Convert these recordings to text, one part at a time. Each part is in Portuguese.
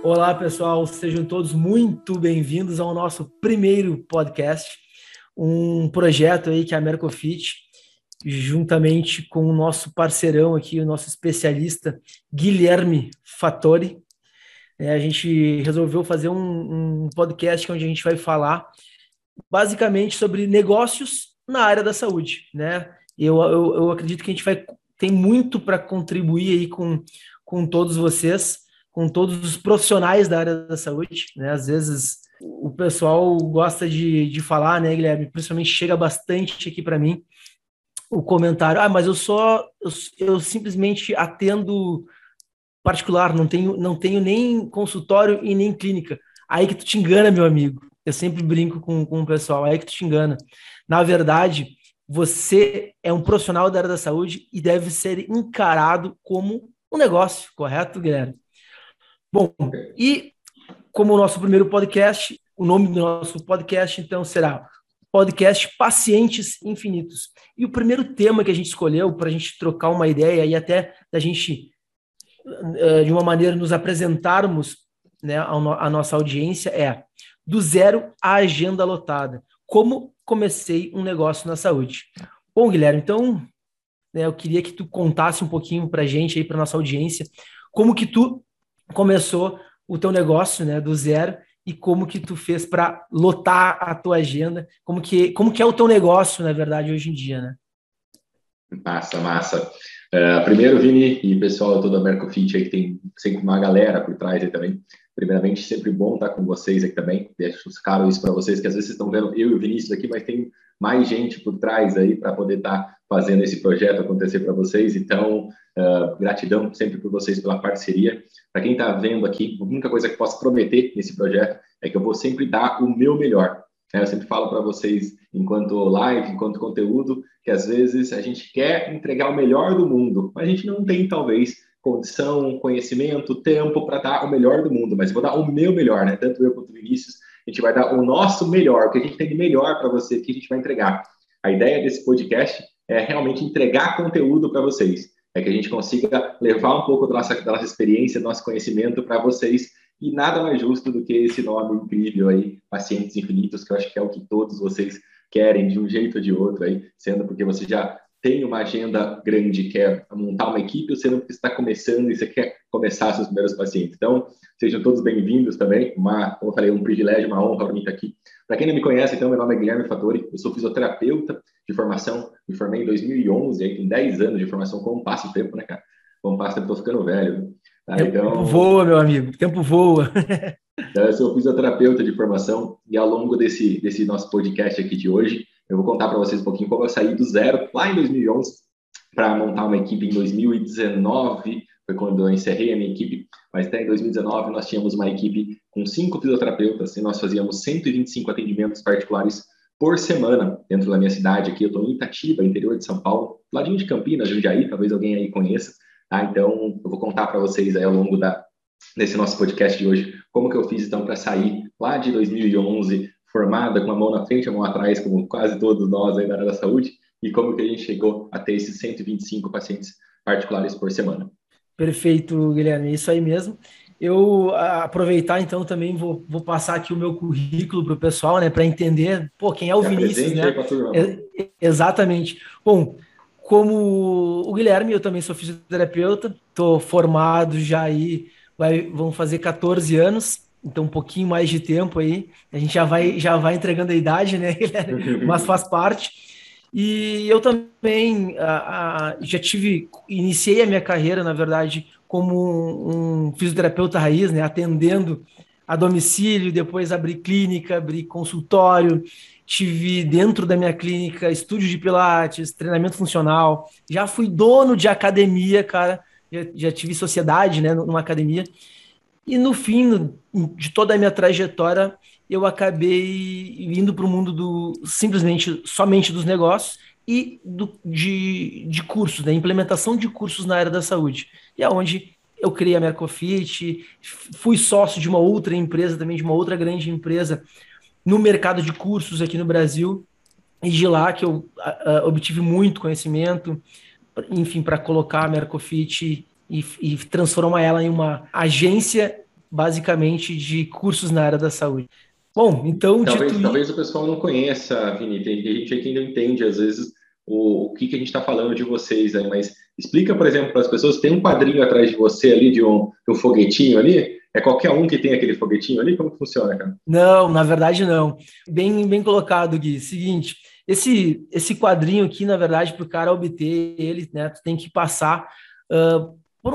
Olá, pessoal, sejam todos muito bem-vindos ao nosso primeiro podcast, um projeto aí que é a Mercofit, juntamente com o nosso parceirão aqui, o nosso especialista Guilherme Fattori. A gente resolveu fazer um podcast onde a gente vai falar basicamente sobre negócios na área da saúde, né? Eu acredito que a gente tem muito para contribuir aí com todos vocês, com todos os profissionais da área da saúde, né? Às vezes o pessoal gosta de falar, né, Guilherme? Principalmente chega bastante aqui para mim o comentário: mas eu simplesmente atendo particular, não tenho nem consultório e nem clínica. Aí que tu te engana, meu amigo. Eu sempre brinco com o pessoal, aí que tu te engana. Na verdade, você é um profissional da área da saúde e deve ser encarado como um negócio, correto, Guilherme? Bom, e como o nosso primeiro podcast, o nome do nosso podcast, então, será Podcast Pacientes Infinitos. E o primeiro tema que a gente escolheu para a gente trocar uma ideia e até da gente, de uma maneira, nos apresentarmos, né, à nossa audiência é: do zero à agenda lotada. Como comecei um negócio na saúde. Bom, Guilherme, então, né, eu queria que tu contasse um pouquinho para a gente, aí, para nossa audiência, como que tu começou o teu negócio, né, do zero, e como que tu fez para lotar a tua agenda, como que é o teu negócio, na verdade, hoje em dia, né? Massa. Primeiro, Vini e pessoal todo da Mercofit aí, que tem sempre uma galera por trás aí também. Primeiramente, sempre bom estar com vocês aqui também. Deixo claro isso para vocês, que às vezes vocês estão vendo eu e o Vinícius aqui, mas tem mais gente por trás aí para poder estar fazendo esse projeto acontecer para vocês. Então, gratidão sempre por vocês pela parceria. Para quem está vendo aqui, a única coisa que posso prometer nesse projeto é que eu vou sempre dar o meu melhor. Eu sempre falo para vocês, enquanto live, enquanto conteúdo, que às vezes a gente quer entregar o melhor do mundo, mas a gente não tem, talvez, condição, conhecimento, tempo para dar o melhor do mundo, mas eu vou dar o meu melhor, né? Tanto eu quanto o Vinícius, a gente vai dar o nosso melhor, o que a gente tem de melhor para você, que a gente vai entregar. A ideia desse podcast é realmente entregar conteúdo para vocês, é que a gente consiga levar um pouco da nossa experiência, do nosso conhecimento para vocês. E nada mais justo do que esse nome incrível aí, Pacientes Infinitos, que eu acho que é o que todos vocês querem de um jeito ou de outro aí, sendo porque você já tem uma agenda grande, quer montar uma equipe, ou sendo porque você está começando e você quer começar seus primeiros pacientes. Então, sejam todos bem-vindos também. Como eu falei, um privilégio, uma honra para mim estar aqui. Para quem não me conhece, então, meu nome é Guilherme Fattori, eu sou fisioterapeuta de formação, me formei em 2011, aí tem 10 anos de formação. Como passa o tempo, né, cara? Como passa o tempo, tô ficando velho. Tempo voa, meu amigo, tempo voa. Eu sou fisioterapeuta de formação e ao longo desse nosso podcast aqui de hoje, eu vou contar para vocês um pouquinho como eu saí do zero lá em 2011 para montar uma equipe em 2019, foi quando eu encerrei a minha equipe, mas até em 2019 nós tínhamos uma equipe com 5 fisioterapeutas e nós fazíamos 125 atendimentos particulares por semana dentro da minha cidade aqui. Eu estou em Itatiba, interior de São Paulo, ladinho de Campinas, Jundiaí, talvez alguém aí conheça. Então, eu vou contar para vocês aí ao longo desse nosso podcast de hoje, como que eu fiz então para sair lá de 2011, formada com a mão na frente e a mão atrás, como quase todos nós aí na área da saúde, e como que a gente chegou a ter esses 125 pacientes particulares por semana. Perfeito, Guilherme, é isso aí mesmo. Eu aproveitar, então, também vou passar aqui o meu currículo para o pessoal, né, para entender, quem é o Vinícius, né? Exatamente. Bom, como o Guilherme, eu também sou fisioterapeuta, estou formado já aí, vão fazer 14 anos, então um pouquinho mais de tempo aí. A gente já vai entregando a idade, né, Guilherme? Mas faz parte. E eu também iniciei a minha carreira, na verdade, como um fisioterapeuta raiz, né, atendendo a domicílio, depois abri clínica, abri consultório, tive dentro da minha clínica estúdio de pilates, treinamento funcional, já fui dono de academia, cara, já tive sociedade, né, numa academia, e no fim de toda a minha trajetória, eu acabei indo para o mundo simplesmente, somente dos negócios e de cursos, né? Implementação de cursos na área da saúde. E é onde eu criei a Mercofit, fui sócio de uma outra empresa também, de uma outra grande empresa no mercado de cursos aqui no Brasil, e de lá que eu obtive muito conhecimento, enfim, para colocar a Mercofit e transformar ela em uma agência basicamente de cursos na área da saúde. Bom, então, dito Talvez isso... o pessoal não conheça, Vini, tem gente aí que não entende, às vezes, o que a gente está falando de vocês aí, mas explica, por exemplo, para as pessoas, tem um quadrinho atrás de você ali, de um foguetinho ali? É qualquer um que tem aquele foguetinho ali? Como que funciona, cara? Não, na verdade não. Bem colocado, Gui. Seguinte, esse quadrinho aqui, na verdade, para o cara obter ele, né, tu tem que passar por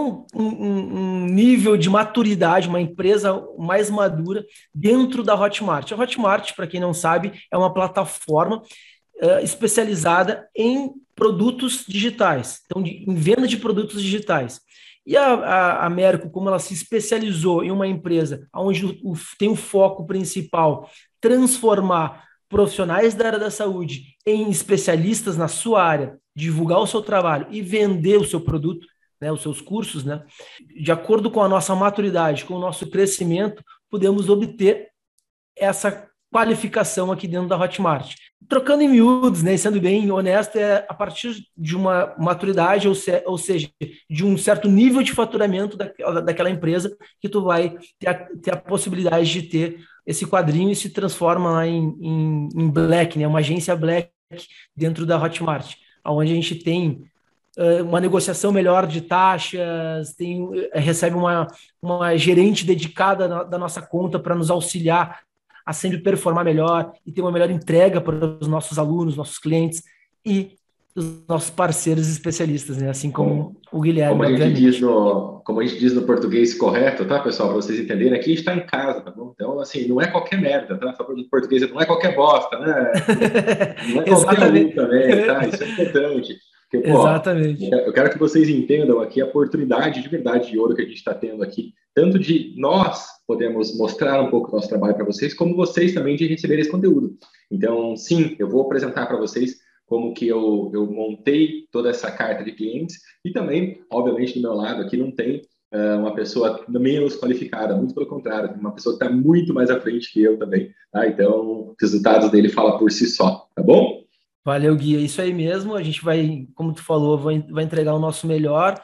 um nível de maturidade, uma empresa mais madura dentro da Hotmart. A Hotmart, para quem não sabe, é uma plataforma especializada em produtos digitais, então em venda de produtos digitais. E a Merco, como ela se especializou em uma empresa onde tem o foco principal transformar profissionais da área da saúde em especialistas na sua área, divulgar o seu trabalho e vender o seu produto, né, os seus cursos, né, de acordo com a nossa maturidade, com o nosso crescimento, podemos obter essa qualificação aqui dentro da Hotmart. Trocando em miúdos, né, sendo bem honesto, é a partir de uma maturidade, ou seja, de um certo nível de faturamento daquela empresa, que tu vai ter a possibilidade de ter esse quadrinho e se transforma lá em Black, né, uma agência Black dentro da Hotmart, onde a gente tem uma negociação melhor de taxas, recebe uma gerente dedicada da nossa conta para nos auxiliar a sempre performar melhor e ter uma melhor entrega para os nossos alunos, nossos clientes e os nossos parceiros especialistas, né? Assim como o Guilherme, obviamente. Como a gente diz no português correto, tá, pessoal? Para vocês entenderem, aqui a gente está em casa, tá bom? Então, assim, não é qualquer merda, tá? Só para o português, não é qualquer bosta, né? Não é qualquer um Exatamente. também, tá? Isso é importante. Porque, pô, Exatamente. eu quero que vocês entendam aqui a oportunidade de verdade de ouro que a gente está tendo aqui, tanto de nós podemos mostrar um pouco do nosso trabalho para vocês, como vocês também de receber esse conteúdo. Então, sim, eu vou apresentar para vocês como que eu montei toda essa carta de clientes e também, obviamente, do meu lado aqui não tem uma pessoa menos qualificada, muito pelo contrário, uma pessoa que está muito mais à frente que eu também, tá? Então, os resultados dele falam por si só, tá bom? Valeu, Gui. É isso aí mesmo. A gente vai, como tu falou, vai entregar o nosso melhor.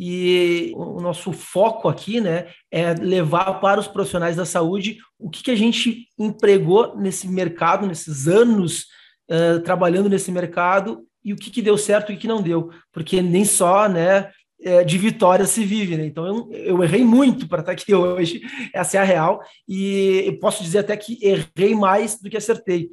E o nosso foco aqui, né, é levar para os profissionais da saúde o que a gente empregou nesse mercado, nesses anos trabalhando nesse mercado e o que deu certo e o que não deu. Porque nem só, né, de vitória se vive, né? Então eu errei muito para estar aqui hoje, essa é a real. E eu posso dizer até que errei mais do que acertei.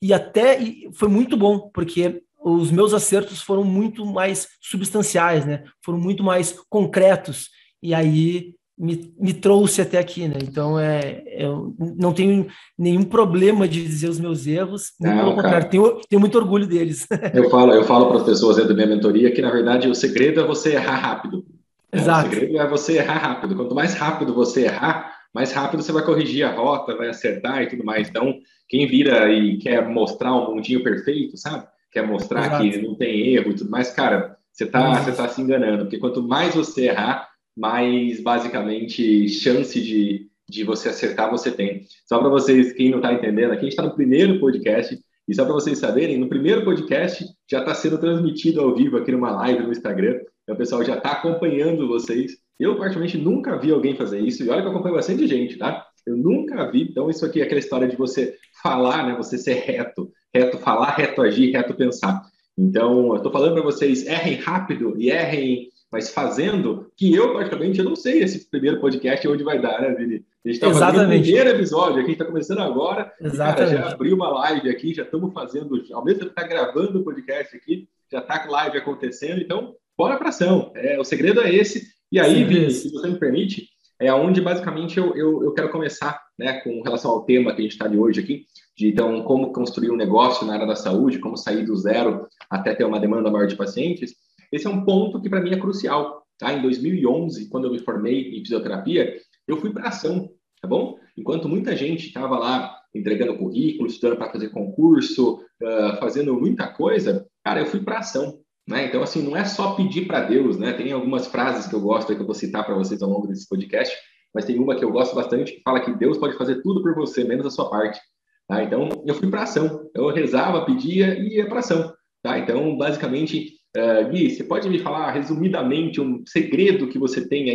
E foi muito bom, porque os meus acertos foram muito mais substanciais, né? Foram muito mais concretos. E aí me trouxe até aqui, né? Então eu não tenho nenhum problema de dizer os meus erros, muito pelo Não, contrário, cara. tenho muito orgulho deles. Eu falo para as pessoas dentro da minha mentoria que, na verdade, o segredo é você errar rápido. Né? O Exato, segredo é você errar rápido. Quanto mais rápido você errar, mais rápido você vai corrigir a rota, vai acertar e tudo mais. Então, quem vira e quer mostrar um mundinho perfeito, sabe? Quer mostrar exato. que não tem erro e tudo mais, cara, Não você tá existe. se enganando. Porque quanto mais você errar, mais, basicamente, chance de você acertar você tem. Só para vocês, quem não está entendendo, aqui a gente está no primeiro podcast. E só para vocês saberem, no primeiro podcast já está sendo transmitido ao vivo aqui numa live no Instagram. Então, o pessoal já está acompanhando vocês. Eu, particularmente, nunca vi alguém fazer isso. E olha que eu acompanho bastante gente, tá? Eu nunca vi. Então, isso aqui é aquela história de você falar, né? Você ser reto. Reto falar, reto agir, reto pensar. Então, eu estou falando para vocês, errem rápido e errem, mas fazendo, que eu, praticamente, eu não sei esse primeiro podcast onde vai dar, né, Vini? A gente está fazendo o Exatamente, primeiro episódio aqui, a gente está começando agora, e, cara, já exatamente. abriu uma live aqui, já estamos fazendo, ao mesmo tempo que está gravando o podcast aqui, já está com live acontecendo, então, bora para ação. O segredo é esse. E aí, Sempre Vini, se isso. você me permite, é onde basicamente eu quero começar, né, com relação ao tema que a gente está de hoje aqui, de então como construir um negócio na área da saúde, como sair do zero até ter uma demanda maior de pacientes. Esse é um ponto que para mim é crucial. Tá? Em 2011, quando eu me formei em fisioterapia, eu fui para ação, tá bom? Enquanto muita gente estava lá entregando currículo, estudando para fazer concurso, fazendo muita coisa, cara, eu fui para ação. Né? Então, assim, não é só pedir para Deus, né? Tem algumas frases que eu gosto que eu vou citar para vocês ao longo desse podcast, mas tem uma que eu gosto bastante que fala que Deus pode fazer tudo por você, menos a sua parte. Tá? Então, eu fui para ação. Eu rezava, pedia e ia para ação. Tá? Então, basicamente, Gui, você pode me falar resumidamente um segredo que você tem aí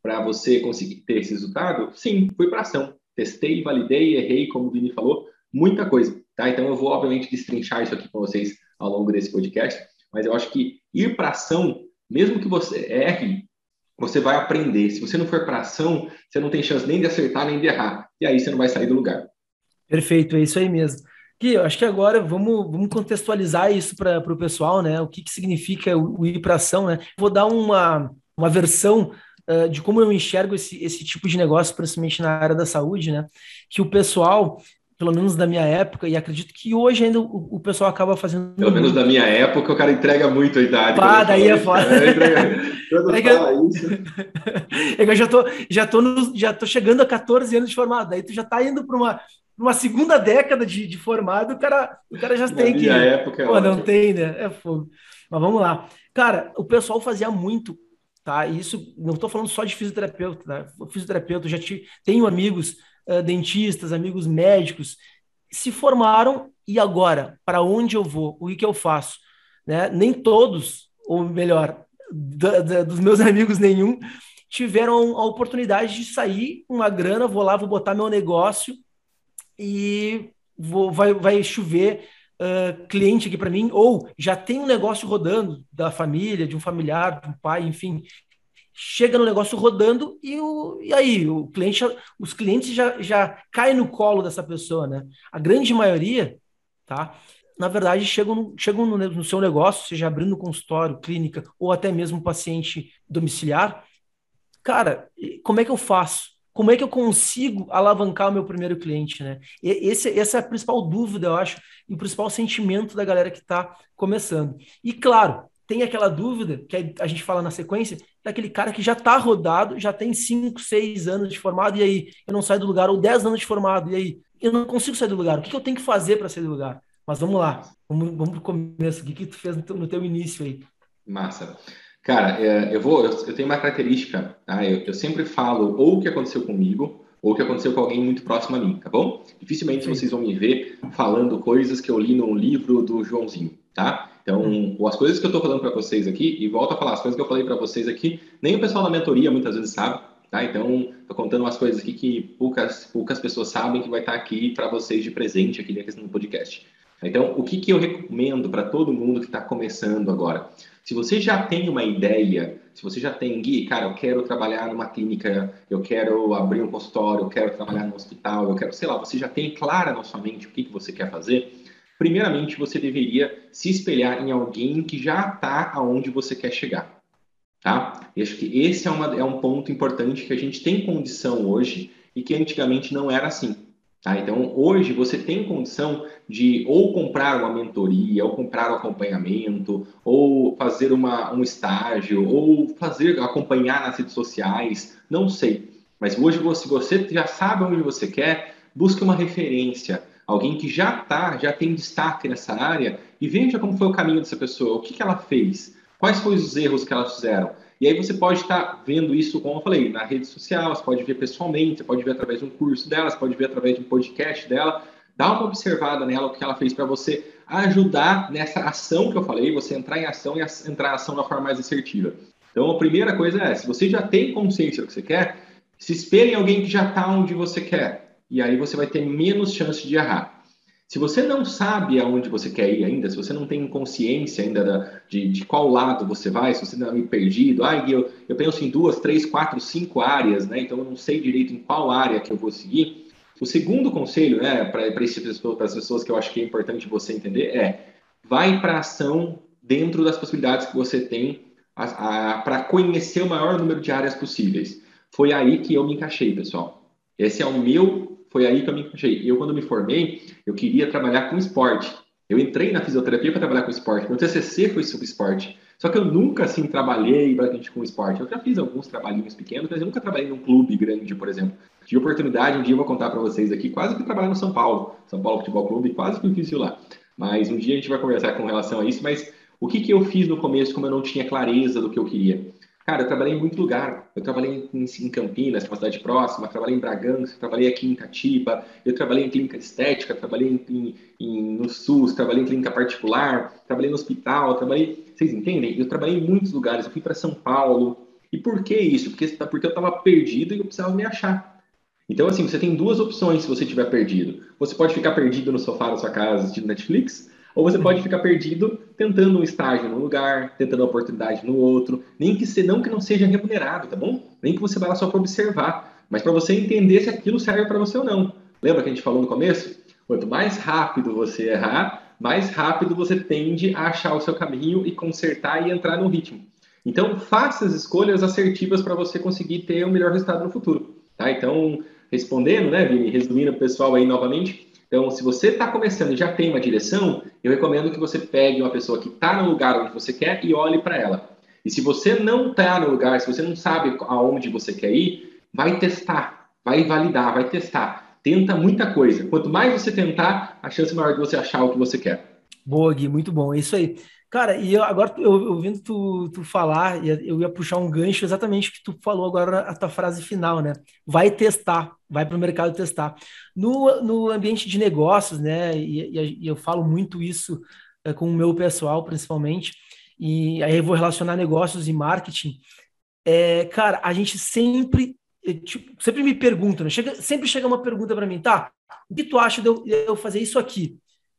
para você conseguir ter esse resultado? Sim, fui para ação. Testei, validei, errei, como o Vini falou, muita coisa, tá? Então eu vou, obviamente, destrinchar isso aqui com vocês ao longo desse podcast, mas eu acho que ir para ação, mesmo que você erre, você vai aprender. Se você não for para ação, você não tem chance nem de acertar, nem de errar. E aí você não vai sair do lugar. Perfeito, é isso aí mesmo. Gui, eu acho que agora vamos contextualizar isso para o pessoal, né? O que significa o ir para ação, né? Vou dar uma versão de como eu enxergo esse tipo de negócio, principalmente na área da saúde, né? Que o pessoal, pelo menos da minha época, e acredito que hoje ainda o pessoal acaba fazendo Pelo menos da muito. minha época, o cara entrega muito a idade quando Pá, ele daí fala é isso, foda. cara. Quando É que, fala isso. é que eu já tô chegando a 14 anos de formado, daí tu já tá indo para uma segunda década de formado, o cara já Na tem minha que. época é Pô, não ótimo. tem, né? É fogo. Mas vamos lá. Cara, o pessoal fazia muito, tá? E isso, não tô falando só de fisioterapeuta, tá? Fisioterapeuta, tenho amigos dentistas, amigos médicos, se formaram e agora, para onde eu vou? O que que eu faço? Né? Nem todos, ou melhor, dos meus amigos nenhum, tiveram a oportunidade de sair uma grana, vou lá, vou botar meu negócio e vai chover cliente aqui para mim, ou já tem um negócio rodando da família, de um familiar, de um pai, enfim, chega no negócio rodando e aí os clientes já caem no colo dessa pessoa, né? A grande maioria, tá? Na verdade, chegam no seu negócio, seja abrindo consultório, clínica ou até mesmo paciente domiciliar. Cara, como é que eu faço? Como é que eu consigo alavancar o meu primeiro cliente, né? Essa é a principal dúvida, eu acho, e o principal sentimento da galera que está começando. E claro, tem aquela dúvida que a gente fala na sequência, daquele cara que já está rodado, já tem 5, 6 anos de formado, e aí eu não saio do lugar, ou 10 anos de formado, e aí eu não consigo sair do lugar. O que eu tenho que fazer para sair do lugar? Mas vamos lá, vamos para o começo. O que tu fez no teu início aí? Massa. Cara, eu tenho uma característica, tá? Eu sempre falo ou o que aconteceu comigo, ou o que aconteceu com alguém muito próximo a mim, tá bom? Dificilmente vocês Perfeito. vão me ver falando coisas que eu li no livro do Joãozinho, tá? Então, as coisas que eu tô falando para vocês aqui, e volto a falar, as coisas que eu falei para vocês aqui, nem o pessoal da mentoria muitas vezes sabe, tá? Então, tô contando umas coisas aqui que poucas pessoas sabem que vai estar aqui para vocês de presente aqui no podcast. Então, o que eu recomendo para todo mundo que está começando agora? Se você já tem uma ideia, se você já tem, Gui, cara, eu quero trabalhar numa clínica, eu quero abrir um consultório, eu quero trabalhar no hospital, eu quero, sei lá, você já tem clara na sua mente o que você quer fazer, primeiramente você deveria se espelhar em alguém que já está aonde você quer chegar, tá? E acho que esse é um ponto importante que a gente tem condição hoje e que antigamente não era assim. Tá? Então, hoje você tem condição de ou comprar uma mentoria, ou comprar um acompanhamento, ou fazer um estágio, ou acompanhar nas redes sociais, não sei. Mas hoje, se você já sabe onde você quer, busque uma referência, alguém que já tem destaque nessa área e veja como foi o caminho dessa pessoa, o que ela fez, quais foram os erros que elas fizeram. E aí você pode estar vendo isso, como eu falei, na rede social, você pode ver pessoalmente, você pode ver através de um curso dela, você pode ver através de um podcast dela. Dá uma observada nela, o que ela fez para você ajudar nessa ação que eu falei, você entrar em ação e entrar em ação da forma mais assertiva. Então, a primeira coisa é, se você já tem consciência do que você quer, se espelhe em alguém que já está onde você quer. E aí você vai ter menos chance de errar. Se você não sabe aonde você quer ir ainda, se você não tem consciência ainda de qual lado você vai, se você não é perdido, eu penso em 2, 3, 4, 5 áreas, né? Então eu não sei direito em qual área que eu vou seguir. O segundo conselho, né, para as pessoas que eu acho que é importante você entender vai para a ação dentro das possibilidades que você tem para conhecer o maior número de áreas possíveis. Foi aí que eu me encaixei, pessoal. Foi aí que eu me encaixei. Eu, quando me formei, eu queria trabalhar com esporte. Eu entrei na fisioterapia para trabalhar com esporte. Meu TCC foi sobre esporte. Só que eu nunca, assim, trabalhei bastante com esporte. Eu já fiz alguns trabalhinhos pequenos, mas eu nunca trabalhei num clube grande, por exemplo. Tive oportunidade, um dia eu vou contar para vocês aqui, quase que trabalhar no São Paulo Futebol Clube, quase que eu fiz isso lá. Mas um dia a gente vai conversar com relação a isso. Mas o que eu fiz no começo, como eu não tinha clareza do que eu queria? Cara, eu trabalhei em muito lugar. Eu trabalhei em Campinas, que é uma cidade próxima, trabalhei em Bragança, trabalhei aqui em Catiba, eu trabalhei em clínica estética, trabalhei no SUS, trabalhei em clínica particular, trabalhei no hospital, Vocês entendem? Eu trabalhei em muitos lugares. Eu fui para São Paulo, E por que isso? Porque eu estava perdido e eu precisava me achar. Então, assim, você tem duas opções se você estiver perdido. Você pode ficar perdido no sofá da sua casa assistindo Netflix, ou você pode ficar perdido tentando um estágio num lugar, tentando uma oportunidade no outro, nem que não que não seja remunerado, tá bom? Nem que você vá lá só para observar, mas para você entender se aquilo serve para você ou não. Lembra que a gente falou no começo? Quanto mais rápido você errar, mais rápido você tende a achar o seu caminho e consertar e entrar no ritmo. Então, faça as escolhas assertivas para você conseguir ter o melhor resultado no futuro. Tá? Então, respondendo, né, Vini, resumindo o pessoal aí novamente, então, se você está começando e já tem uma direção, eu recomendo que você pegue uma pessoa que está no lugar onde você quer e olhe para ela. E se você não está no lugar, se você não sabe aonde você quer ir, vai testar, vai validar, vai testar. Tenta muita coisa. Quanto mais você tentar, a chance maior de você achar o que você quer. Boa, Gui, muito bom. É isso aí. Cara, e agora eu ouvindo tu falar, eu ia puxar um gancho exatamente o que tu falou agora, a tua frase final, né? Vai testar, vai para o mercado testar. No ambiente de negócios, né? E eu falo muito isso com o meu pessoal, principalmente, e aí eu vou relacionar negócios e marketing. Cara, a gente sempre me pergunta, né? Sempre chega uma pergunta para mim, tá? O que tu acha de eu fazer isso aqui?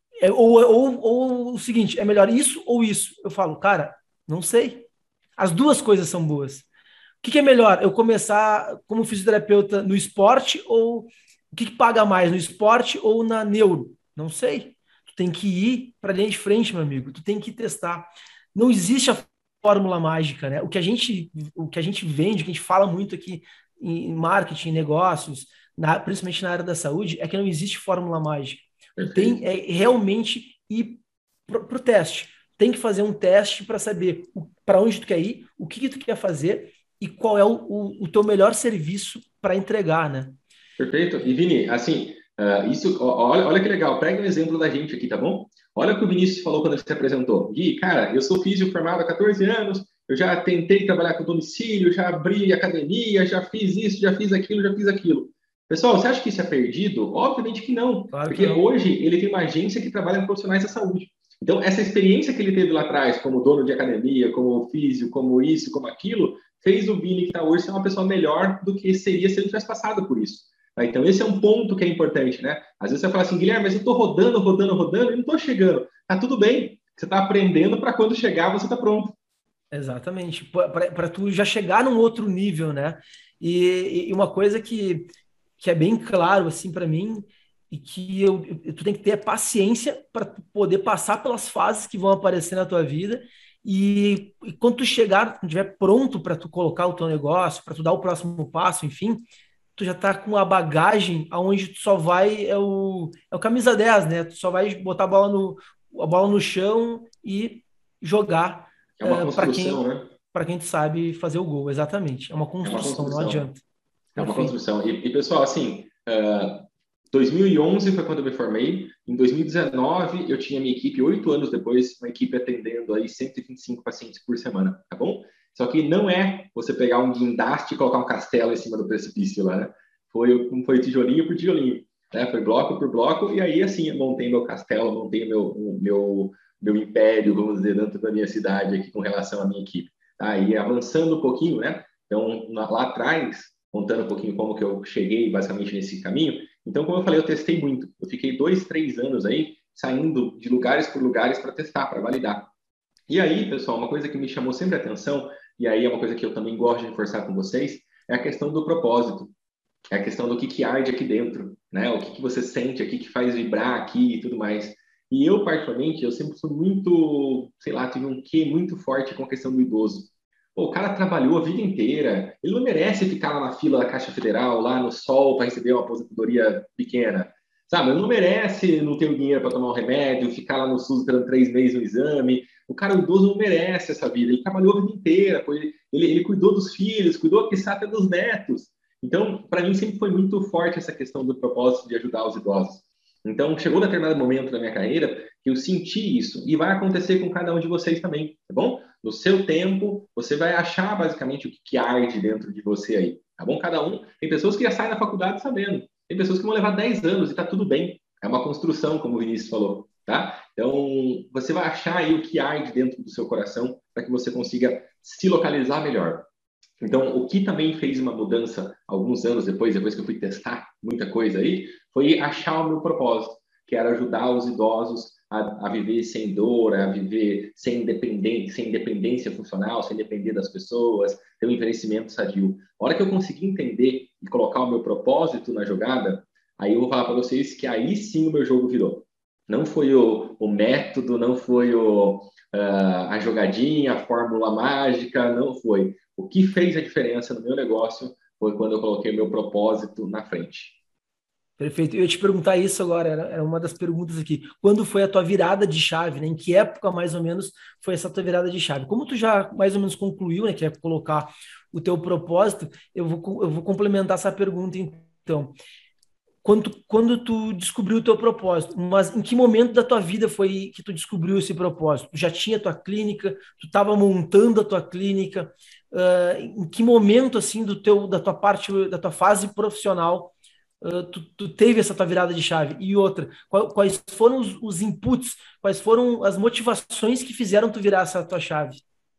Ou o seguinte, é melhor isso ou isso? Eu falo, cara, não sei. As duas coisas são boas. O que é melhor? Eu começar como fisioterapeuta no esporte ou o que paga mais, no esporte ou na neuro? Não sei. Tu tem que ir para a linha de frente, meu amigo. Tu tem que testar. Não existe a fórmula mágica, né? O que a gente vende, o que a gente fala muito aqui em marketing, em negócios, principalmente na área da saúde, é que não existe fórmula mágica. Tu tem Perfeito. realmente ir para o teste. Tem que fazer um teste para saber para onde tu quer ir, o que tu quer fazer e qual é o teu melhor serviço para entregar, né? Perfeito. E Vini, assim, olha que legal. Pega um exemplo da gente aqui, tá bom? Olha o que o Vinícius falou quando ele se apresentou. Gui, cara, eu sou físio formado há 14 anos, eu já tentei trabalhar com domicílio, já abri academia, já fiz isso, já fiz aquilo, já fiz aquilo. Pessoal, você acha que isso é perdido? Obviamente que não, Claro que porque não. hoje ele tem uma agência que trabalha com profissionais da saúde. Então, essa experiência que ele teve lá atrás, como dono de academia, como físio, como isso, como aquilo, fez o Vini que está hoje ser uma pessoa melhor do que seria se ele tivesse passado por isso. Tá? Então, esse é um ponto que é importante, né? Às vezes você fala assim, Guilherme, mas eu estou rodando, rodando, rodando e não estou chegando. Tá tudo bem. Você está aprendendo para quando chegar você está pronto. Exatamente. Para tu já chegar num outro nível, né? E uma coisa que é bem claro, assim, para mim, e que tu tem que ter paciência para poder passar pelas fases que vão aparecer na tua vida. E quando tu chegar, quando estiver pronto para tu colocar o teu negócio, para tu dar o próximo passo, enfim, tu já tá com a bagagem aonde tu só vai, é o camisa 10, né? Tu só vai botar a bola no chão e jogar É uma para construção, quem né? para quem sabe fazer o gol, exatamente. É uma É uma construção, não construção. adianta. É uma Perfeito. construção. Pessoal, assim, 2011 foi quando eu me formei. Em 2019, eu tinha minha equipe, 8 anos depois, uma equipe atendendo aí 125 pacientes por semana, tá bom? Só que não é você pegar um guindaste e colocar um castelo em cima do precipício lá, né? Foi tijolinho por tijolinho, né? Foi bloco por bloco, e aí, assim, eu montei meu castelo, montei meu império, vamos dizer, dentro da minha cidade aqui com relação à minha equipe. Tá? E avançando um pouquinho, né? Então, lá atrás, contando um pouquinho como que eu cheguei basicamente nesse caminho. Então, como eu falei, eu testei muito. Eu fiquei 2, 3 anos aí saindo de lugares por lugares para testar, para validar. E aí, pessoal, uma coisa que me chamou sempre a atenção, e aí é uma coisa que eu também gosto de reforçar com vocês, é a questão do propósito. É a questão do que arde aqui dentro, né? O que você sente aqui, que faz vibrar aqui e tudo mais. E eu, particularmente, eu sempre fui muito, sei lá, tive um quê muito forte com a questão do idoso. Pô, o cara trabalhou a vida inteira, ele não merece ficar lá na fila da Caixa Federal, lá no sol, para receber uma aposentadoria pequena. Sabe, ele não merece não ter o dinheiro para tomar um remédio, ficar lá no SUS esperando 3 meses no exame. O cara, o idoso, não merece essa vida. Ele trabalhou a vida inteira, ele cuidou dos filhos, cuidou, quiçá, até dos netos. Então, para mim, sempre foi muito forte essa questão do propósito de ajudar os idosos. Então, chegou um determinado momento da minha carreira que eu senti isso, e vai acontecer com cada um de vocês também, tá bom? No seu tempo, você vai achar basicamente o que arde dentro de você aí, tá bom? Cada um, tem pessoas que já saem da faculdade sabendo, tem pessoas que vão levar 10 anos e tá tudo bem. É uma construção, como o Vinícius falou, tá? Então, você vai achar aí o que arde dentro do seu coração para que você consiga se localizar melhor. Então, o que também fez uma mudança alguns anos depois que eu fui testar muita coisa aí, foi achar o meu propósito, que era ajudar os idosos a viver sem dor, a viver sem independência funcional, sem depender das pessoas, ter um envelhecimento sadio. A hora que eu consegui entender e colocar o meu propósito na jogada, aí eu vou falar para vocês que aí sim o meu jogo virou. Não foi o método, não foi a jogadinha, a fórmula mágica, não foi. O que fez a diferença no meu negócio foi quando eu coloquei meu propósito na frente. Perfeito. Eu ia te perguntar isso agora, era uma das perguntas aqui. Quando foi a tua virada de chave, né? Em que época, mais ou menos, foi essa tua virada de chave? Como tu já mais ou menos concluiu, né? Que é colocar o teu propósito, eu vou complementar essa pergunta, então. Quando tu descobriu o teu propósito, mas em que momento da tua vida foi que tu descobriu esse propósito? Tu já tinha tua clínica? Tu estava montando a tua clínica? Em que momento, assim, da tua parte, da tua fase profissional, tu teve essa tua virada de chave? E outra, quais foram os inputs, quais foram as motivações que fizeram tu virar essa tua chave?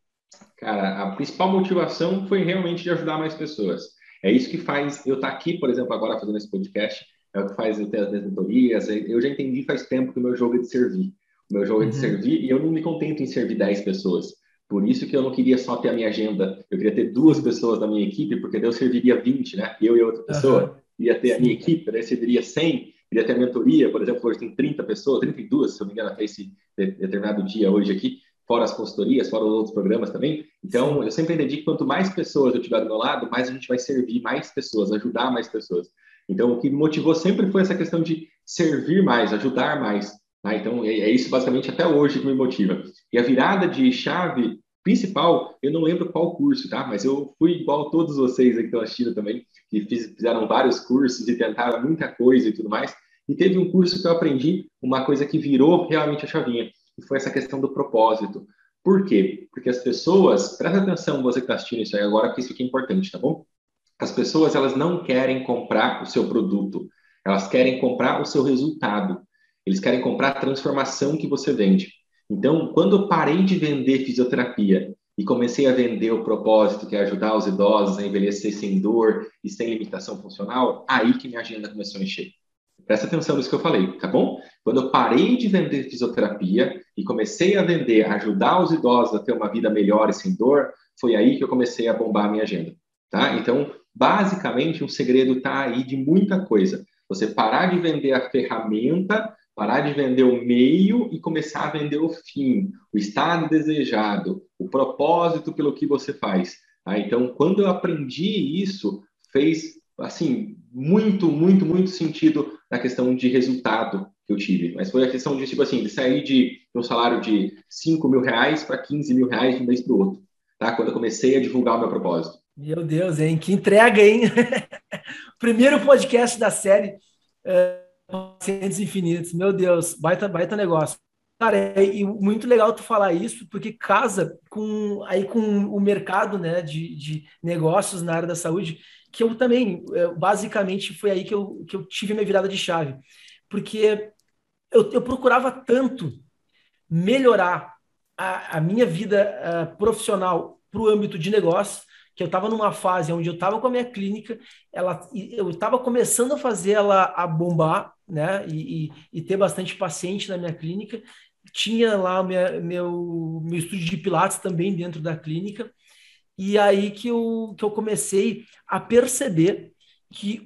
Cara, a principal motivação foi realmente de ajudar mais pessoas. É isso que faz eu estar aqui, por exemplo, agora fazendo esse podcast, é o que faz eu ter as minhas mentorias. Eu já entendi faz tempo que o meu jogo é de servir. O meu jogo é de Uhum. servir e eu não me contento em servir 10 pessoas. Por isso que eu não queria só ter a minha agenda, eu queria ter duas Sim. pessoas na minha equipe, porque daí eu serviria 20, né? Eu e outra pessoa. Aham. Ia ter a minha Sim. equipe, daí serviria 100, queria ter a mentoria, por exemplo, hoje tem 30 pessoas, 32, se eu não me engano, até esse determinado dia hoje aqui, fora as consultorias, fora os outros programas também. Então, Sim. eu sempre entendi que quanto mais pessoas eu tiver do meu lado, mais a gente vai servir mais pessoas, ajudar mais pessoas. Então, o que me motivou sempre foi essa questão de servir mais, ajudar mais. Tá? Então, é isso basicamente até hoje que me motiva. E a virada de chave principal, eu não lembro qual curso, tá? Mas eu fui igual todos vocês que estão assistindo também, que fizeram vários cursos e tentaram muita coisa e tudo mais. E teve um curso que eu aprendi, uma coisa que virou realmente a chavinha, que foi essa questão do propósito. Por quê? Porque as pessoas, presta atenção você que está assistindo isso aí agora, porque isso aqui é importante, tá bom? As pessoas, elas não querem comprar o seu produto, elas querem comprar o seu resultado. Eles querem comprar a transformação que você vende. Então, quando eu parei de vender fisioterapia e comecei a vender o propósito, que é ajudar os idosos a envelhecer sem dor e sem limitação funcional, aí que minha agenda começou a encher. Presta atenção nisso que eu falei, tá bom? Quando eu parei de vender fisioterapia e comecei a vender, ajudar os idosos a ter uma vida melhor e sem dor, foi aí que eu comecei a bombar a minha agenda, tá? Então, basicamente, um segredo tá aí de muita coisa. Você parar de vender a ferramenta, parar de vender o meio e começar a vender o fim, o estado desejado, o propósito pelo que você faz. Tá? Então, quando eu aprendi isso, fez assim muito, muito, muito sentido na questão de resultado que eu tive. Mas foi a questão de, tipo assim, de sair de um salário de R$ 5.000 para R$ 15.000 de um mês para o outro, tá? Quando eu comecei a divulgar o meu propósito. Meu Deus, hein? Que entrega, hein? Primeiro podcast da série Pacientes Infinitos. Meu Deus, baita, baita negócio. Cara, e muito legal tu falar isso, porque casa com o mercado, né, de negócios na área da saúde, que eu também, basicamente, foi aí que eu tive minha virada de chave. Porque eu procurava tanto melhorar a minha vida profissional para o âmbito de negócio, que eu estava numa fase onde eu estava com a minha clínica, eu estava começando a fazer ela a bombar, né, e ter bastante paciente na minha clínica. Tinha lá meu estúdio de Pilates também dentro da clínica, e aí que eu comecei a perceber que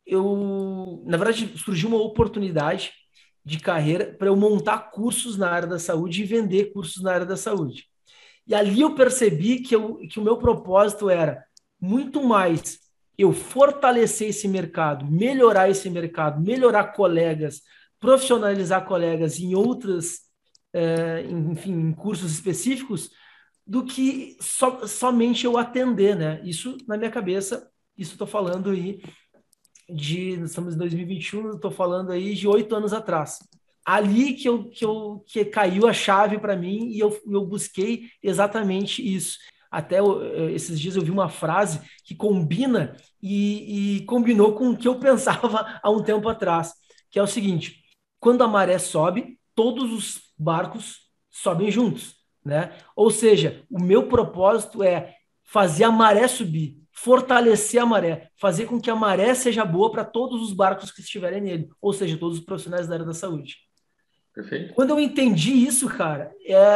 na verdade, surgiu uma oportunidade de carreira para eu montar cursos na área da saúde e vender cursos na área da saúde. E ali eu percebi que o meu propósito era muito mais eu fortalecer esse mercado, melhorar colegas, profissionalizar colegas em outras, enfim, em cursos específicos, do que somente eu atender, né? Isso na minha cabeça, isso estou falando aí estamos em 2021, estou falando aí de 8 anos atrás. Ali que caiu a chave para mim e eu busquei exatamente isso. Até esses dias eu vi uma frase que combina e combinou com o que eu pensava há um tempo atrás, que é o seguinte: quando a maré sobe, todos os barcos sobem juntos, né? Ou seja, o meu propósito é fazer a maré subir, fortalecer a maré, fazer com que a maré seja boa para todos os barcos que estiverem nele, ou seja, todos os profissionais da área da saúde. Perfeito. Quando eu entendi isso, cara,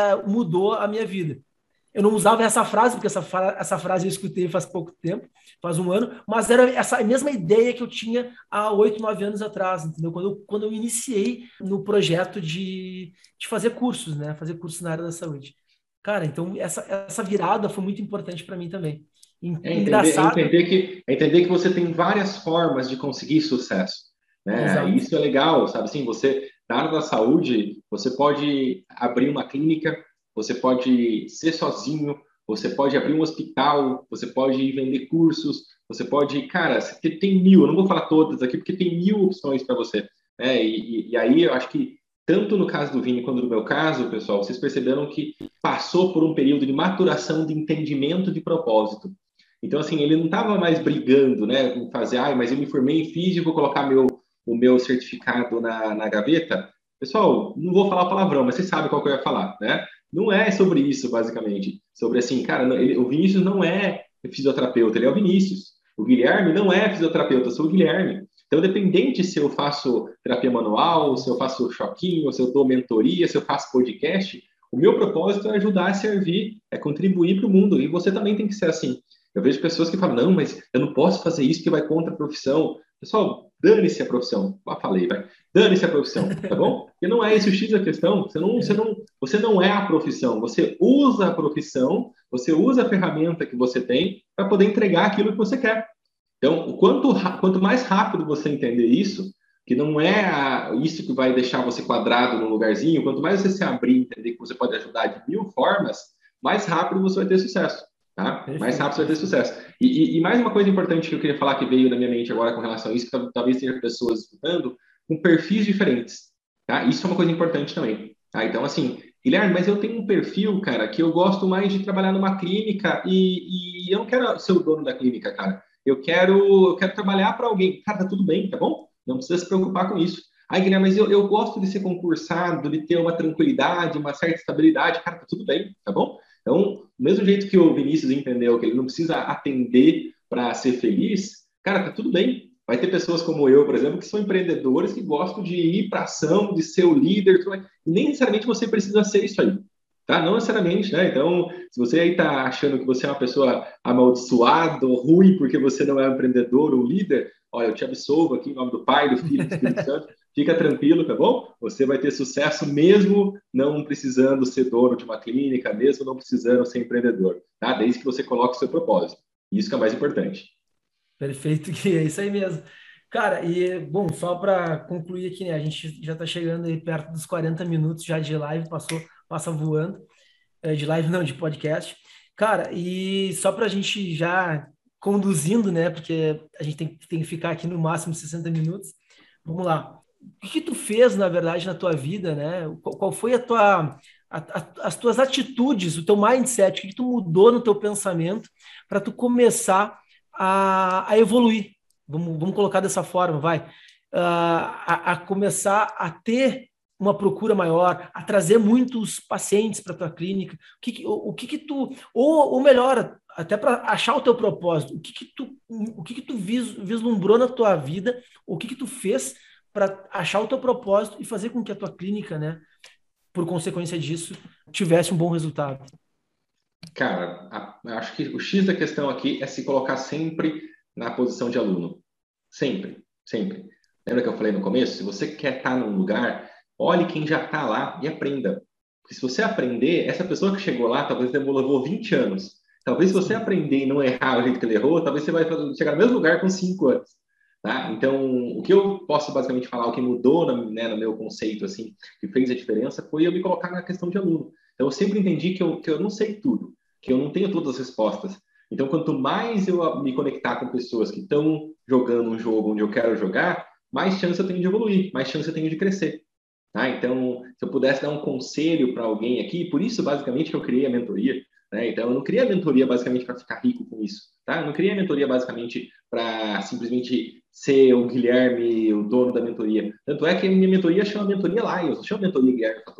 mudou a minha vida. Eu não usava essa frase, porque essa frase eu escutei faz pouco tempo, faz um ano, mas era essa mesma ideia que eu tinha há 8, 9 anos atrás, entendeu? Quando eu iniciei no projeto de fazer cursos, né? Fazer cursos na área da saúde. Cara, então essa virada foi muito importante para mim também. Engraçado. É entender que você tem várias formas de conseguir sucesso, né? E Exato. isso é legal, sabe? Assim, você, na área da saúde, você pode abrir uma clínica, você pode ser sozinho, você pode abrir um hospital, você pode vender cursos, você pode, cara, você tem mil, eu não vou falar todas aqui, porque tem mil opções para você, né? E aí eu acho que, tanto no caso do Vini quanto no meu caso, pessoal, vocês perceberam que passou por um período de maturação de entendimento de propósito. Então, assim, ele não estava mais brigando, né, com fazer, mas eu me formei em física, vou colocar o meu certificado na gaveta. Pessoal, não vou falar palavrão, mas você sabe qual que eu ia falar, né? Não é sobre isso, basicamente. Sobre assim, cara, o Vinícius não é fisioterapeuta, ele é o Vinícius. O Guilherme não é fisioterapeuta, eu sou o Guilherme. Então, independente se eu faço terapia manual, se eu faço choquinho, se eu dou mentoria, se eu faço podcast, o meu propósito é ajudar a servir, é contribuir para o mundo. E você também tem que ser assim. Eu vejo pessoas que falam, não, mas eu não posso fazer isso porque vai contra a profissão. Pessoal, dane-se a profissão. Falei, vai. Dane-se a profissão, tá bom? Porque não é esse o X da questão. Você não é a profissão. Você usa a profissão, você usa a ferramenta que você tem para poder entregar aquilo que você quer. Então, quanto mais rápido você entender isso, que não é isso que vai deixar você quadrado no lugarzinho, quanto mais você se abrir e entender que você pode ajudar de mil formas, mais rápido você vai ter sucesso. Tá? Mais rápido Perfeito, você vai ter perfeito. sucesso. E mais uma coisa importante que eu queria falar que veio na minha mente agora com relação a isso, que talvez tenha pessoas escutando, com perfis diferentes. Tá? Isso é uma coisa importante também. Tá? Então, assim, Guilherme, mas eu tenho um perfil, cara, que eu gosto mais de trabalhar numa clínica e eu não quero ser o dono da clínica, cara. Eu quero trabalhar para alguém. Cara, tá tudo bem, tá bom? Não precisa se preocupar com isso. Aí, Guilherme, mas eu gosto de ser concursado, de ter uma tranquilidade, uma certa estabilidade. Cara, tá tudo bem, tá bom? Então, do mesmo jeito que o Vinícius entendeu que ele não precisa atender para ser feliz, cara, tá tudo bem. Vai ter pessoas como eu, por exemplo, que são empreendedores que gostam de ir para ação, de ser o líder, e nem necessariamente você precisa ser isso aí. Tá? Não necessariamente, né? Então, se você aí está achando que você é uma pessoa amaldiçoada, ruim, porque você não é um empreendedor ou líder, olha, eu te absolvo aqui em nome do Pai, do Filho e do Espírito Santo. Fica tranquilo, tá bom? Você vai ter sucesso mesmo não precisando ser dono de uma clínica, mesmo não precisando ser empreendedor, tá? Desde que você coloque o seu propósito. Isso que é mais importante. Perfeito, que é isso aí mesmo. Cara, e bom, só para concluir aqui, né? A gente já está chegando aí perto dos 40 minutos já de live, passa voando. De live não, de podcast. Cara, e só para a gente já conduzindo, né? Porque a gente tem que ficar aqui no máximo 60 minutos. Vamos lá. O que tu fez, na verdade, na tua vida, né? Qual foi as tuas atitudes, o teu mindset, o que tu mudou no teu pensamento para tu começar a evoluir? Vamos colocar dessa forma, vai. A começar a ter uma procura maior, a trazer muitos pacientes para tua clínica. O que que tu, ou melhor, até para achar o teu propósito, o que que tu vislumbrou na tua vida, o que que tu fez para achar o teu propósito e fazer com que a tua clínica, né, por consequência disso, tivesse um bom resultado. Cara, eu acho que o X da questão aqui é se colocar sempre na posição de aluno. Sempre, sempre. Lembra que eu falei no começo? Se você quer estar num lugar, olhe quem já está lá e aprenda. Porque se você aprender, essa pessoa que chegou lá, talvez levou 20 anos. Talvez se você Sim. aprender e não errar o jeito que ele errou, talvez você vai chegar no mesmo lugar com 5 anos. Tá? Então, o que eu posso basicamente falar, o que mudou no meu conceito, assim, que fez a diferença, foi eu me colocar na questão de aluno. Então, eu sempre entendi que eu não sei tudo, que eu não tenho todas as respostas. Então, quanto mais eu me conectar com pessoas que estão jogando um jogo onde eu quero jogar, mais chance eu tenho de evoluir, mais chance eu tenho de crescer. Tá? Então, se eu pudesse dar um conselho para alguém aqui, por isso, basicamente, que eu criei a mentoria. Né? Então, eu não criei a mentoria basicamente para ficar rico com isso. Tá? Eu não criei a mentoria basicamente para simplesmente ser o Guilherme, o dono da mentoria. Tanto é que a minha mentoria chama Mentoria Lions, não chama Mentoria Guilherme Fattori.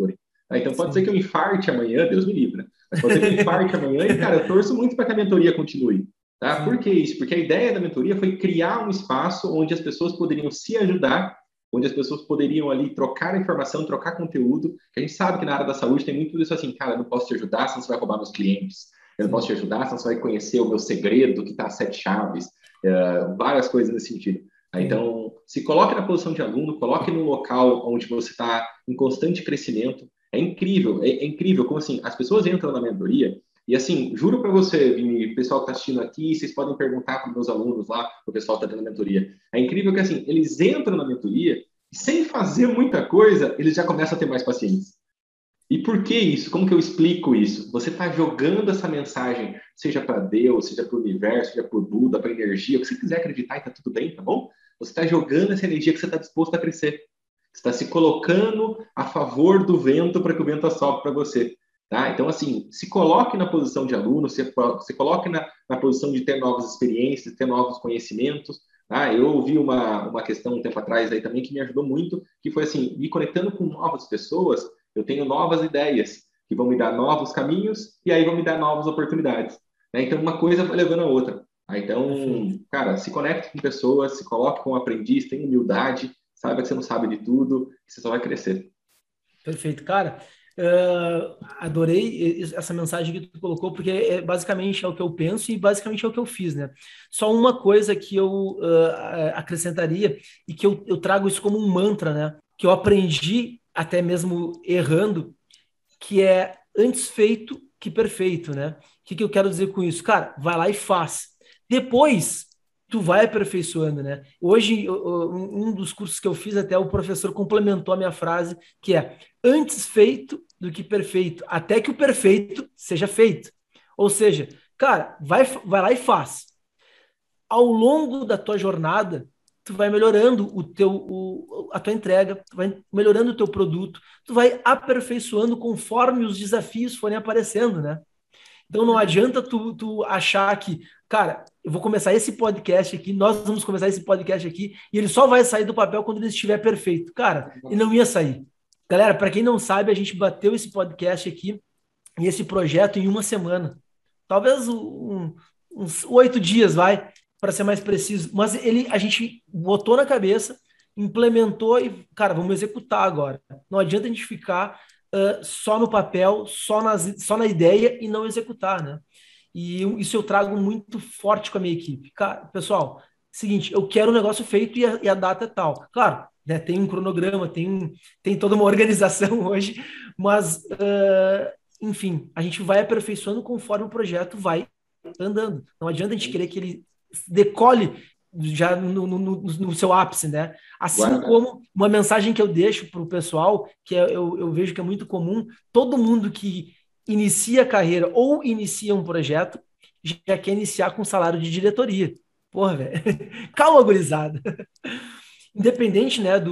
Então, pode ser Sim. que eu infarte amanhã, Deus me livre, né? Mas pode ser que eu infarte amanhã e, cara, eu torço muito para que a mentoria continue. Tá? Por Sim. que isso? Porque a ideia da mentoria foi criar um espaço onde as pessoas poderiam se ajudar, onde as pessoas poderiam ali trocar informação, trocar conteúdo, que a gente sabe que na área da saúde tem muito isso assim, cara, eu não posso te ajudar, senão você vai roubar meus clientes. Eu não posso Sim. te ajudar, senão você vai conhecer o meu segredo, que está a 7 chaves, várias coisas nesse sentido. Sim. Então, se coloque na posição de aluno, coloque num local onde você está em constante crescimento. É incrível, é incrível como assim, as pessoas entram na mentoria e assim, juro para você, Vini, pessoal que está assistindo aqui, vocês podem perguntar para os meus alunos lá, o pessoal que está tendo a mentoria. É incrível que assim, eles entram na mentoria e sem fazer muita coisa, eles já começam a ter mais paciência. E por que isso? Como que eu explico isso? Você está jogando essa mensagem, seja para Deus, seja para o universo, seja para o Buda, para a energia, o que você quiser acreditar e está tudo bem, tá bom? Você está jogando essa energia que você está disposto a crescer. Você está se colocando a favor do vento para que o vento assopre para você. Tá? Então, assim, se coloque na posição de aluno, se coloque na posição de ter novas experiências, ter novos conhecimentos. Tá? Eu ouvi uma questão um tempo atrás aí também que me ajudou muito, que foi assim, me conectando com novas pessoas, eu tenho novas ideias que vão me dar novos caminhos e aí vão me dar novas oportunidades. Né? Então, uma coisa vai levando a outra. Perfeito. Então, cara, se conecte com pessoas, se coloque como aprendiz, tenha humildade, saiba que você não sabe de tudo, que você só vai crescer. Perfeito, cara. Adorei essa mensagem que tu colocou, porque basicamente é o que eu penso e basicamente é o que eu fiz, né? Só uma coisa que eu acrescentaria e que eu trago isso como um mantra, né? Que eu aprendi até mesmo errando, que é antes feito que perfeito, né? O que eu quero dizer com isso? Cara, vai lá e faz. Depois, tu vai aperfeiçoando, né? Hoje, um dos cursos que eu fiz, até o professor complementou a minha frase, que é antes feito do que perfeito, até que o perfeito seja feito. Ou seja, cara, vai lá e faz. Ao longo da tua jornada, tu vai melhorando a tua entrega, tu vai melhorando o teu produto, tu vai aperfeiçoando conforme os desafios forem aparecendo, né? Então não adianta tu achar que, cara, eu vou começar esse podcast aqui, nós vamos começar esse podcast aqui, e ele só vai sair do papel quando ele estiver perfeito. Cara, ele não ia sair. Galera, para quem não sabe, a gente bateu esse podcast aqui e esse projeto em uma semana. Talvez uns 8 dias, vai, para ser mais preciso. Mas a gente botou na cabeça, implementou e, cara, vamos executar agora. Não adianta a gente ficar só no papel, só na ideia e não executar, né? E isso eu trago muito forte com a minha equipe. Cara, pessoal, seguinte, eu quero o negócio feito e a data é tal. Claro, né, tem um cronograma, tem toda uma organização hoje, mas enfim, a gente vai aperfeiçoando conforme o projeto vai andando. Não adianta a gente querer que ele decole já no seu ápice, né? Assim Guarda, como uma mensagem que eu deixo para o pessoal, eu vejo que é muito comum, todo mundo que inicia a carreira ou inicia um projeto já quer iniciar com salário de diretoria. Porra, velho. Calma, gurizada. Independente, né,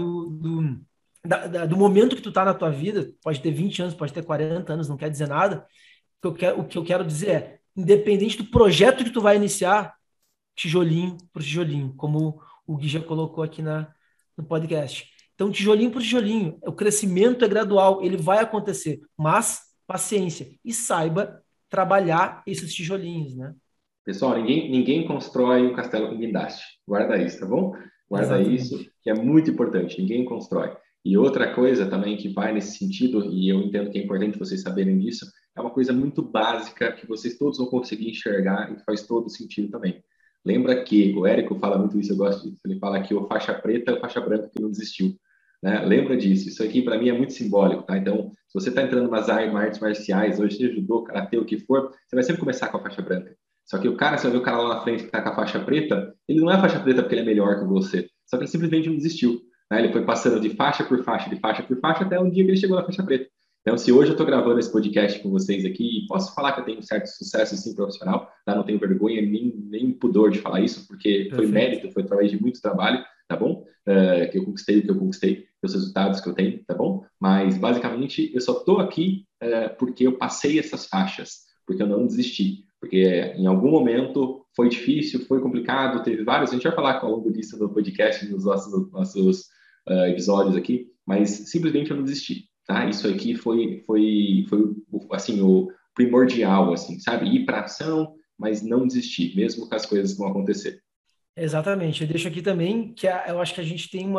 do momento que tu tá na tua vida, pode ter 20 anos, pode ter 40 anos, não quer dizer nada. O que eu quero dizer é, independente do projeto que tu vai iniciar, tijolinho por tijolinho, como o Gui já colocou aqui no podcast. Então, tijolinho por tijolinho, o crescimento é gradual, ele vai acontecer, mas paciência e saiba trabalhar esses tijolinhos, né? pessoal, ninguém constrói um castelo com guindaste. Guarda isso, tá bom? Guarda isso, Exatamente. que é muito importante. Ninguém constrói. E outra coisa também que vai nesse sentido, e eu entendo que é importante vocês saberem disso, é uma coisa muito básica que vocês todos vão conseguir enxergar e que faz todo sentido também. Lembra que o Érico fala muito isso, eu gosto disso. Ele fala que o faixa preta é o faixa branca que não desistiu. Né? Lembra disso. Isso aqui, para mim, é muito simbólico. Tá? Então, se você está entrando nas artes marciais, hoje, seja judô, karatê, o que for, você vai sempre começar com a faixa branca. Só que o cara, você vai ver o cara lá na frente que tá com a faixa preta, ele não é faixa preta porque ele é melhor que você. Só que ele simplesmente não desistiu. Né? Ele foi passando de faixa por faixa, até um dia que ele chegou na faixa preta. Então, se hoje eu estou gravando esse podcast com vocês aqui, e posso falar que eu tenho um certo sucesso, sim, profissional, tá? Não tenho vergonha nem pudor de falar isso, porque foi Perfeito. mérito, foi através de muito trabalho, tá bom? Que eu conquistei o que eu conquistei, os resultados que eu tenho, tá bom? Mas, basicamente, eu só estou aqui porque eu passei essas faixas, porque eu não desisti. Porque em algum momento foi difícil, foi complicado, teve vários. A gente vai falar ao longo disso no podcast, nos nossos episódios aqui, mas simplesmente eu não desisti. tá? Isso aqui foi assim, o primordial, assim, sabe? Ir para ação, mas não desistir, mesmo com as coisas que vão acontecer. Exatamente. Eu deixo aqui também que eu acho que a gente tem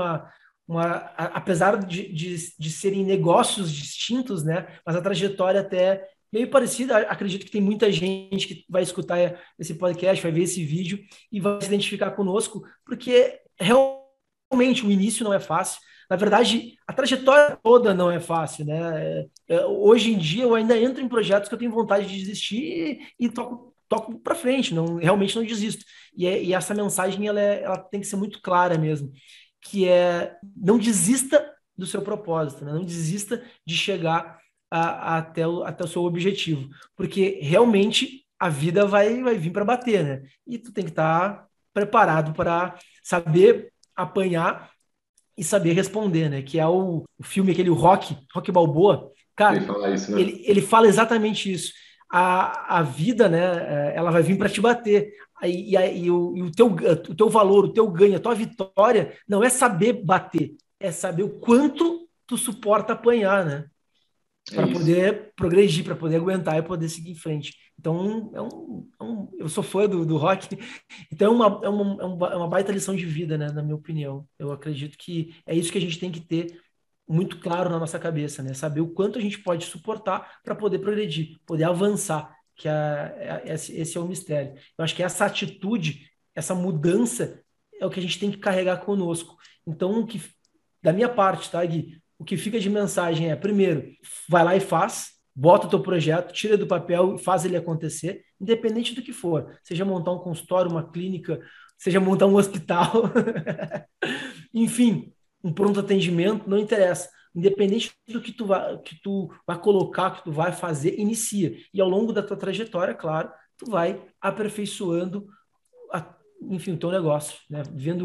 apesar de serem negócios distintos, né? Mas a trajetória até meio parecida. Acredito que tem muita gente que vai escutar esse podcast, vai ver esse vídeo e vai se identificar conosco, porque realmente o início não é fácil. Na verdade, a trajetória toda não é fácil, né? Hoje em dia eu ainda entro em projetos que eu tenho vontade de desistir e toco para frente, não, realmente não desisto. E essa mensagem ela tem que ser muito clara mesmo, que é não desista do seu propósito, né? Não desista de chegar até o seu objetivo, porque realmente a vida vai vir para bater, né? E tu tem que estar preparado para saber apanhar e saber responder, né? Que é o filme, aquele Rock Balboa. Eu ia Cara, falar isso, né? ele fala exatamente isso. A vida, né? Ela vai vir para te bater. E o teu valor, o teu ganho, a tua vitória não é saber bater, é saber o quanto tu suporta apanhar, né? É Para isso. poder progredir, para poder aguentar e poder seguir em frente. Então, eu sou fã do rock, então é uma baita lição de vida, né, na minha opinião. Eu acredito que é isso que a gente tem que ter muito claro na nossa cabeça, né? Saber o quanto a gente pode suportar para poder progredir, poder avançar, que esse é o mistério. Eu acho que essa atitude, essa mudança é o que a gente tem que carregar conosco. Então, da minha parte, tá, Gui? O que fica de mensagem é, primeiro, vai lá e faz, bota o teu projeto, tira do papel e faz ele acontecer, independente do que for. Seja montar um consultório, uma clínica, seja montar um hospital, enfim, um pronto atendimento, não interessa. Independente do que tu vai colocar, que tu vai fazer, inicia. E ao longo da tua trajetória, claro, tu vai aperfeiçoando, enfim, o teu negócio, né?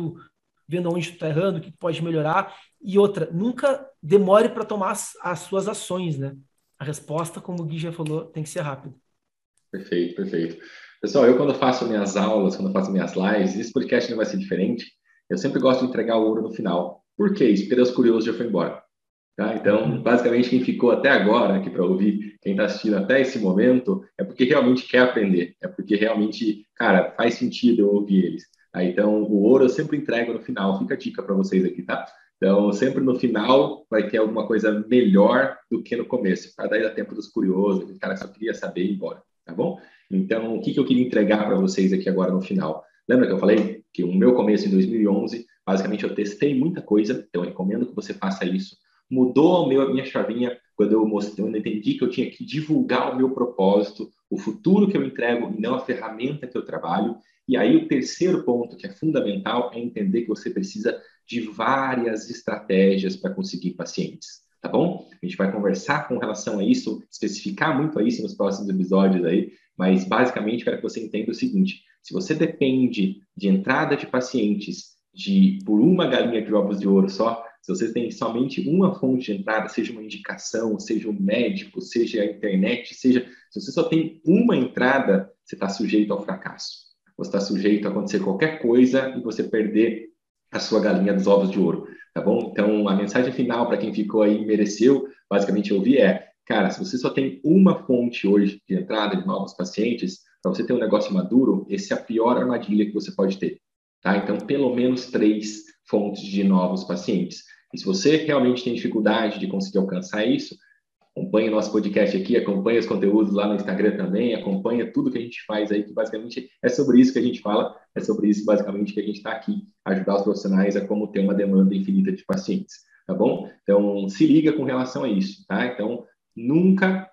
Vendo onde tu tá errando, o que tu pode melhorar. E outra, nunca demore para tomar as suas ações, né? A resposta, como o Gui já falou, tem que ser rápida. Perfeito, perfeito. Pessoal, eu quando faço minhas aulas, quando faço minhas lives, esse podcast não vai ser diferente. Eu sempre gosto de entregar o ouro no final. Por que isso? Porque Deus curioso já foi embora. Tá? Então, basicamente, quem ficou até agora aqui para ouvir, quem está assistindo até esse momento, é porque realmente quer aprender. É porque realmente, cara, faz sentido eu ouvir eles. Tá? Então, o ouro eu sempre entrego no final. Fica a dica para vocês aqui, tá? Então, sempre no final vai ter alguma coisa melhor do que no começo. Para daí dar tempo dos curiosos, o cara só queria saber e ir embora. Tá bom? Então, o que eu queria entregar para vocês aqui agora no final? Lembra que eu falei que o meu começo em 2011, basicamente eu testei muita coisa, então eu recomendo que você faça isso. Mudou a minha chavinha quando eu entendi que eu tinha que divulgar o meu propósito, o futuro que eu entrego e não a ferramenta que eu trabalho. E aí o terceiro ponto, que é fundamental, é entender que você precisa de várias estratégias para conseguir pacientes. Tá bom? A gente vai conversar com relação a isso, especificar muito a isso nos próximos episódios aí, mas basicamente quero que você entenda o seguinte: se você depende de entrada de pacientes por uma galinha de ovos de ouro só, se você tem somente uma fonte de entrada, seja uma indicação, seja um médico, seja a internet, se você só tem uma entrada, você está sujeito ao fracasso. Você está sujeito a acontecer qualquer coisa e você perder a sua galinha dos ovos de ouro, tá bom? Então, a mensagem final para quem ficou aí e mereceu, basicamente, ouvir cara, se você só tem uma fonte hoje de entrada de novos pacientes, para você ter um negócio maduro, essa é a pior armadilha que você pode ter, tá? Então, pelo menos 3 fontes de novos pacientes. E se você realmente tem dificuldade de conseguir alcançar isso, acompanhe o nosso podcast aqui, acompanhe os conteúdos lá no Instagram também, acompanha tudo que a gente faz aí, que basicamente é sobre isso que a gente fala, é sobre isso basicamente que a gente está aqui, ajudar os profissionais a como ter uma demanda infinita de pacientes, tá bom? Então, se liga com relação a isso, tá? Então, nunca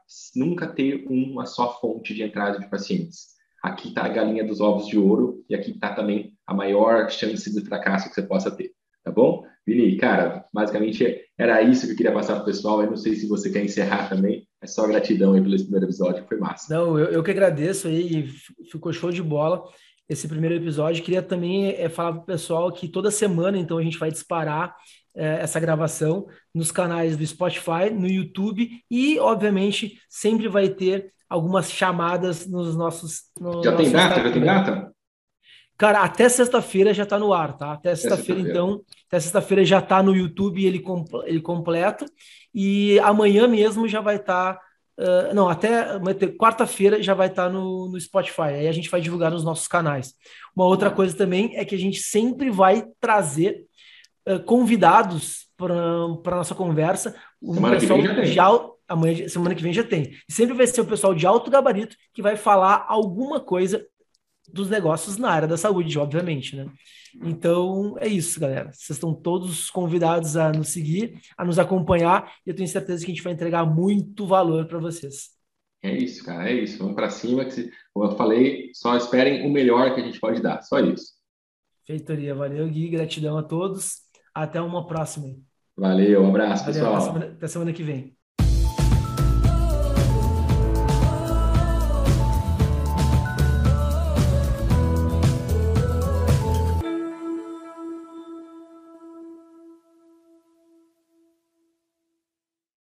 ter uma só fonte de entrada de pacientes. Aqui está a galinha dos ovos de ouro e aqui está também a maior chance de fracasso que você possa ter, tá bom? Vini, cara, basicamente era isso que eu queria passar para o pessoal. Eu não sei se você quer encerrar também. É só gratidão aí pelo esse primeiro episódio, foi massa. Não, eu que agradeço aí, ficou show de bola esse primeiro episódio. Queria também falar para o pessoal que toda semana, então, a gente vai disparar essa gravação nos canais do Spotify, no YouTube e, obviamente, sempre vai ter algumas chamadas no Já tem nosso data? Já tem Instagram. data? Cara, até sexta-feira já está no ar, tá? Até É sexta-feira, sexta-feira. então, até sexta-feira já está no YouTube ele completo. E amanhã mesmo já vai estar. Não, até quarta-feira já vai estar no Spotify. Aí a gente vai divulgar nos nossos canais. Uma outra Ah, coisa também é que a gente sempre vai trazer convidados para a nossa conversa. Um semana que vem pessoal já de tem. alto. Amanhã, semana que vem já tem. E sempre vai ser o pessoal de alto gabarito que vai falar alguma coisa dos negócios na área da saúde, obviamente, né? Então, é isso, galera. Vocês estão todos convidados a nos seguir, a nos acompanhar, e eu tenho certeza que a gente vai entregar muito valor para vocês. É isso, cara, é isso. Vamos para cima, como eu falei, só esperem o melhor que a gente pode dar, só isso. Feitoria, valeu, Gui, gratidão a todos. Até uma próxima. Valeu, um abraço, Valeu, pessoal. até semana que vem.